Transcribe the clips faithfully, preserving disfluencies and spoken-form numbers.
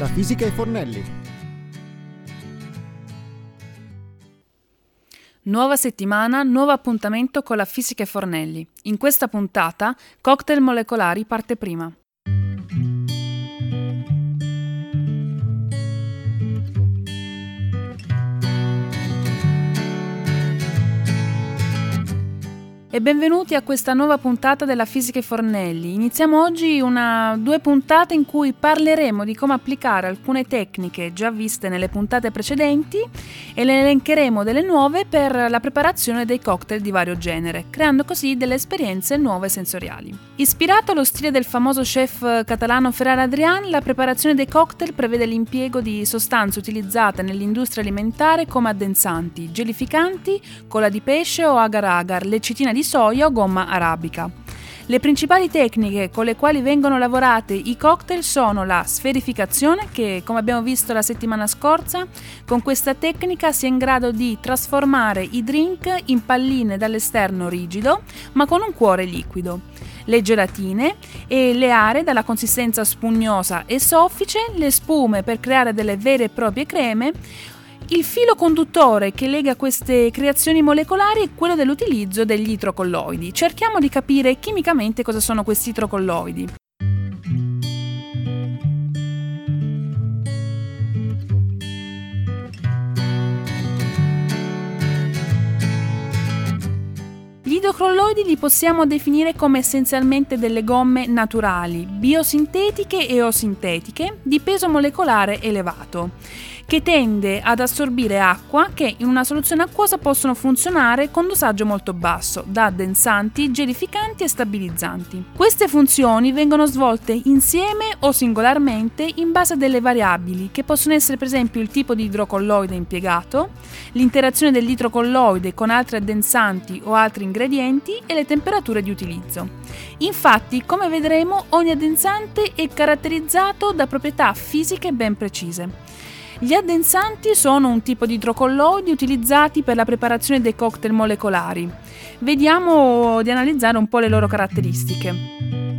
Fisica e Fornelli. Nuova settimana, nuovo appuntamento con la Fisica e Fornelli. In questa puntata, cocktail molecolari parte prima. E benvenuti a questa nuova puntata della Fisica e Fornelli. Iniziamo oggi una, due puntate in cui parleremo di come applicare alcune tecniche già viste nelle puntate precedenti e le elencheremo delle nuove per la preparazione dei cocktail di vario genere, creando così delle esperienze nuove sensoriali. Ispirato allo stile del famoso chef catalano Ferran Adrià, la preparazione dei cocktail prevede l'impiego di sostanze utilizzate nell'industria alimentare come addensanti, gelificanti, cola di pesce o agar-agar, lecitina di soia o gomma arabica. Le principali tecniche con le quali vengono lavorate i cocktail sono la sferificazione, che come abbiamo visto la settimana scorsa, con questa tecnica si è in grado di trasformare i drink in palline dall'esterno rigido ma con un cuore liquido. Le gelatine e le aree dalla consistenza spugnosa e soffice, le spume per creare delle vere e proprie creme. Il filo conduttore che lega queste creazioni molecolari è quello dell'utilizzo degli idrocolloidi. Cerchiamo di capire chimicamente cosa sono questi idrocolloidi. Gli idrocolloidi li possiamo definire come essenzialmente delle gomme naturali, biosintetiche e o sintetiche, di peso molecolare elevato, che tende ad assorbire acqua che in una soluzione acquosa possono funzionare con dosaggio molto basso, da addensanti, gelificanti e stabilizzanti. Queste funzioni vengono svolte insieme o singolarmente in base a delle variabili, che possono essere per esempio il tipo di idrocolloide impiegato, l'interazione dell'idrocolloide con altri addensanti o altri ingredienti e le temperature di utilizzo. Infatti, come vedremo, ogni addensante è caratterizzato da proprietà fisiche ben precise. Gli addensanti sono un tipo di idrocolloidi utilizzati per la preparazione dei cocktail molecolari. Vediamo di analizzare un po' le loro caratteristiche.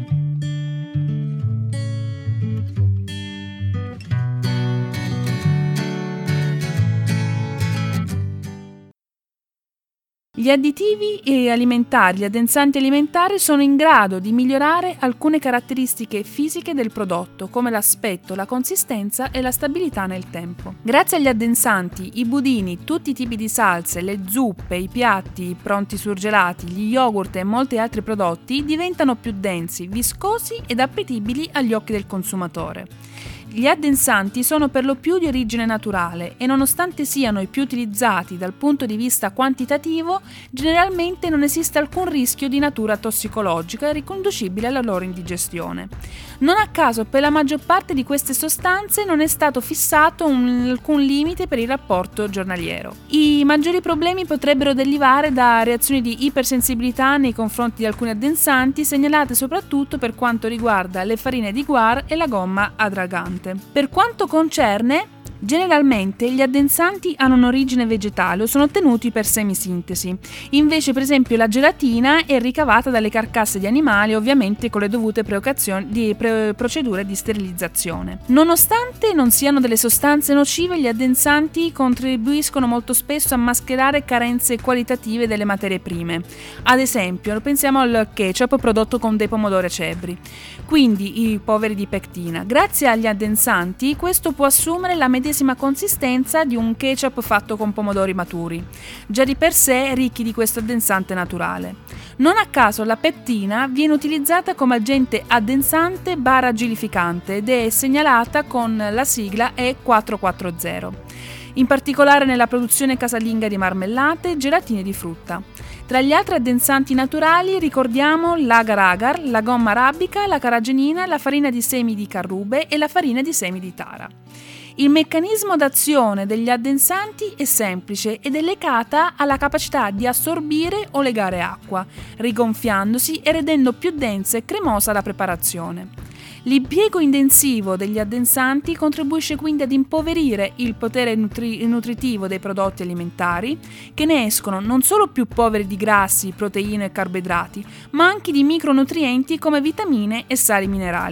Gli additivi e alimentari, gli addensanti alimentari sono in grado di migliorare alcune caratteristiche fisiche del prodotto, come l'aspetto, la consistenza e la stabilità nel tempo. Grazie agli addensanti, i budini, tutti i tipi di salse, le zuppe, i piatti pronti surgelati, gli yogurt e molti altri prodotti diventano più densi, viscosi ed appetibili agli occhi del consumatore. Gli addensanti sono per lo più di origine naturale e nonostante siano i più utilizzati dal punto di vista quantitativo, generalmente non esiste alcun rischio di natura tossicologica riconducibile alla loro indigestione. Non a caso per la maggior parte di queste sostanze non è stato fissato un, alcun limite per il rapporto giornaliero. I maggiori problemi potrebbero derivare da reazioni di ipersensibilità nei confronti di alcuni addensanti, segnalate soprattutto per quanto riguarda le farine di guar e la gomma adragante. Per quanto concerne, generalmente gli addensanti hanno un'origine vegetale o sono ottenuti per semisintesi. Invece, per esempio, la gelatina è ricavata dalle carcasse di animali, ovviamente con le dovute di pre- procedure di sterilizzazione. Nonostante non siano delle sostanze nocive, gli addensanti contribuiscono molto spesso a mascherare carenze qualitative delle materie prime. Ad esempio, pensiamo al ketchup prodotto con dei pomodori acebri, quindi i poveri di pectina. Grazie agli addensanti, questo può assumere la medesima consistenza di un ketchup fatto con pomodori maturi, già di per sé ricchi di questo addensante naturale. Non a caso la pectina viene utilizzata come agente addensante barra gelificante ed è segnalata con la sigla E quattrocentoquaranta, in particolare nella produzione casalinga di marmellate e gelatine di frutta. Tra gli altri addensanti naturali ricordiamo l'agar-agar, la gomma arabica, la caragenina, la farina di semi di carrube e la farina di semi di tara. Il meccanismo d'azione degli addensanti è semplice ed è legata alla capacità di assorbire o legare acqua, rigonfiandosi e rendendo più densa e cremosa la preparazione. L'impiego intensivo degli addensanti contribuisce quindi ad impoverire il potere nutri- nutritivo dei prodotti alimentari, che ne escono non solo più poveri di grassi, proteine e carboidrati, ma anche di micronutrienti come vitamine e sali minerali.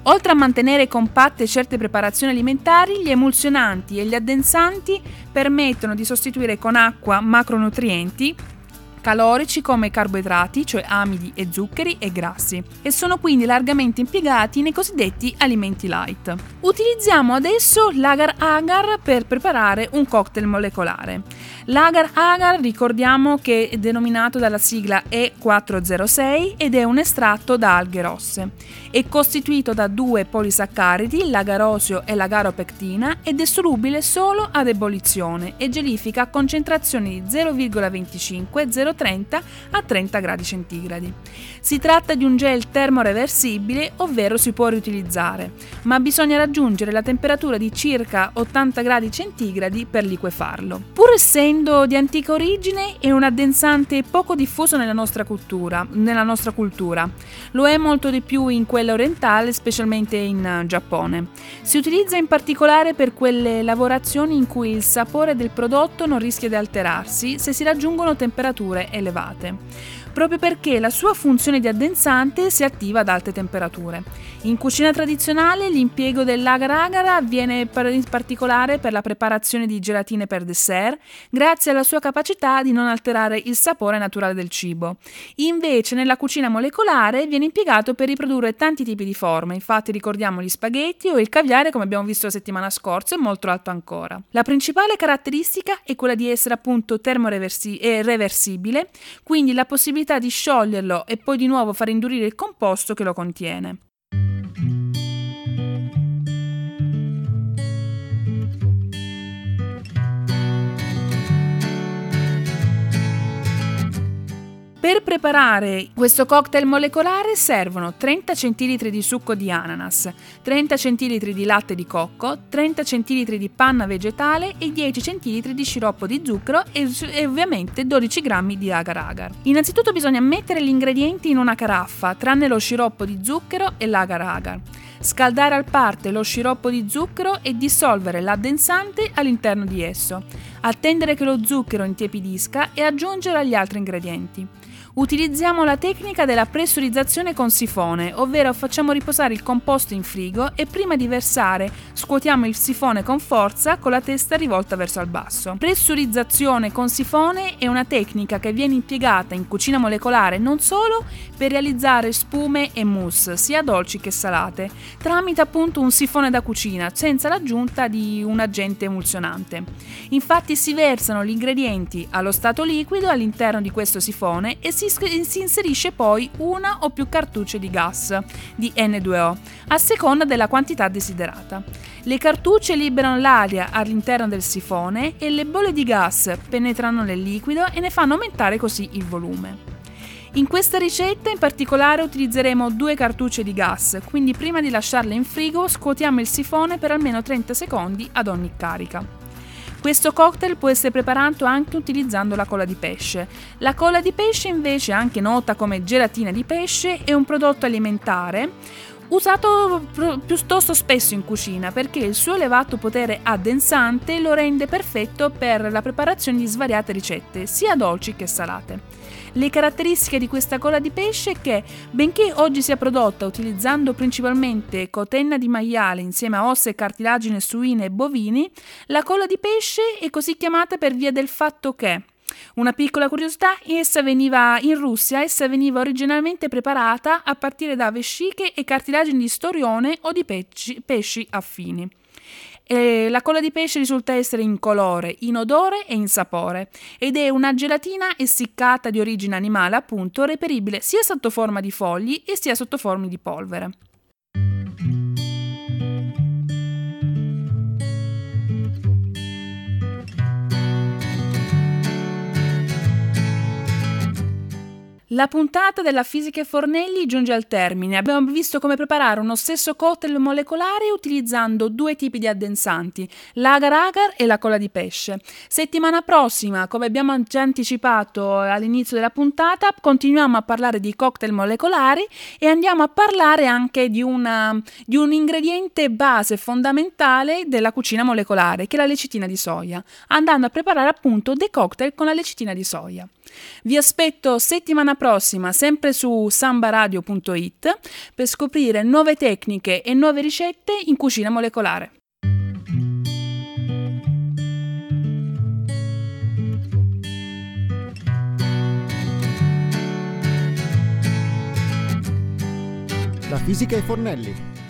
Oltre a mantenere compatte certe preparazioni alimentari, gli emulsionanti e gli addensanti permettono di sostituire con acqua macronutrienti calorici come carboidrati, cioè amidi e zuccheri e grassi, e sono quindi largamente impiegati nei cosiddetti alimenti light. Utilizziamo adesso l'agar-agar per preparare un cocktail molecolare. L'agar-agar ricordiamo che è denominato dalla sigla E quattrocentosei ed è un estratto da alghe rosse. È costituito da due polisaccaridi, l'agarosio e l'agaropectina, ed è solubile solo ad ebollizione e gelifica a concentrazioni di zero virgola venticinque zero virgola trenta a trenta gradi centigradi. Si tratta di un gel termoreversibile, ovvero si può riutilizzare, ma bisogna raggiungere la temperatura di circa ottanta gradi centigradi per liquefarlo. Pur essendo di antica origine, è un addensante poco diffuso nella nostra cultura, nella nostra cultura. Lo è molto di più in quella orientale, specialmente in Giappone. Si utilizza in particolare per quelle lavorazioni in cui il sapore del prodotto non rischia di alterarsi se si raggiungono temperature elevate, proprio perché la sua funzione di addensante si attiva ad alte temperature. In cucina tradizionale l'impiego dell'agar-agar avviene in particolare per la preparazione di gelatine per dessert, grazie alla sua capacità di non alterare il sapore naturale del cibo. Invece nella cucina molecolare viene impiegato per riprodurre tanti tipi di forme, infatti ricordiamo gli spaghetti o il caviale, come abbiamo visto la settimana scorsa, e molto altro ancora. La principale caratteristica è quella di essere appunto termoreversibile, quindi la possibilità di scioglierlo e poi di nuovo far indurire il composto che lo contiene. Per preparare questo cocktail molecolare servono trenta centilitri di succo di ananas, trenta centilitri di latte di cocco, trenta centilitri di panna vegetale e dieci centilitri di sciroppo di zucchero e, e ovviamente dodici grammi di agar-agar. Innanzitutto bisogna mettere gli ingredienti in una caraffa, tranne lo sciroppo di zucchero e l'agar-agar. Scaldare al parte lo sciroppo di zucchero e dissolvere l'addensante all'interno di esso. Attendere che lo zucchero intiepidisca e aggiungere gli altri ingredienti. Utilizziamo la tecnica della pressurizzazione con sifone, ovvero facciamo riposare il composto in frigo e prima di versare scuotiamo il sifone con forza con la testa rivolta verso il basso. Pressurizzazione con sifone è una tecnica che viene impiegata in cucina molecolare non solo per realizzare spume e mousse, sia dolci che salate, tramite appunto un sifone da cucina, senza l'aggiunta di un agente emulsionante. Infatti si versano gli ingredienti allo stato liquido all'interno di questo sifone e si si inserisce poi una o più cartucce di gas di N due O a seconda della quantità desiderata. Le cartucce liberano l'aria all'interno del sifone e le bolle di gas penetrano nel liquido e ne fanno aumentare così il volume. In questa ricetta in particolare utilizzeremo due cartucce di gas, quindi prima di lasciarle in frigo scuotiamo il sifone per almeno trenta secondi ad ogni carica. Questo cocktail può essere preparato anche utilizzando la colla di pesce. La colla di pesce invece, anche nota come gelatina di pesce, è un prodotto alimentare usato piuttosto spesso in cucina perché il suo elevato potere addensante lo rende perfetto per la preparazione di svariate ricette, sia dolci che salate. Le caratteristiche di questa colla di pesce è che, benché oggi sia prodotta utilizzando principalmente cotenna di maiale insieme a ossa e cartilagine suine e bovini, la colla di pesce è così chiamata per via del fatto che, una piccola curiosità, essa veniva in Russia, essa veniva originalmente preparata a partire da vesciche e cartilagini di storione o di pesci, pesci affini. E la colla di pesce risulta essere incolore, inodore e insapore ed è una gelatina essiccata di origine animale, appunto, reperibile sia sotto forma di fogli e sia sotto forma di polvere. La puntata della Fisica e Fornelli giunge al termine. Abbiamo visto come preparare uno stesso cocktail molecolare utilizzando due tipi di addensanti, l'agar-agar e la colla di pesce. Settimana prossima, come abbiamo già anticipato all'inizio della puntata, continuiamo a parlare di cocktail molecolari e andiamo a parlare anche di, una, di un ingrediente base fondamentale della cucina molecolare, che è la lecitina di soia, andando a preparare appunto dei cocktail con la lecitina di soia. Vi aspetto settimana prossima sempre su sambaradio punto it per scoprire nuove tecniche e nuove ricette in cucina molecolare. La fisica ai fornelli.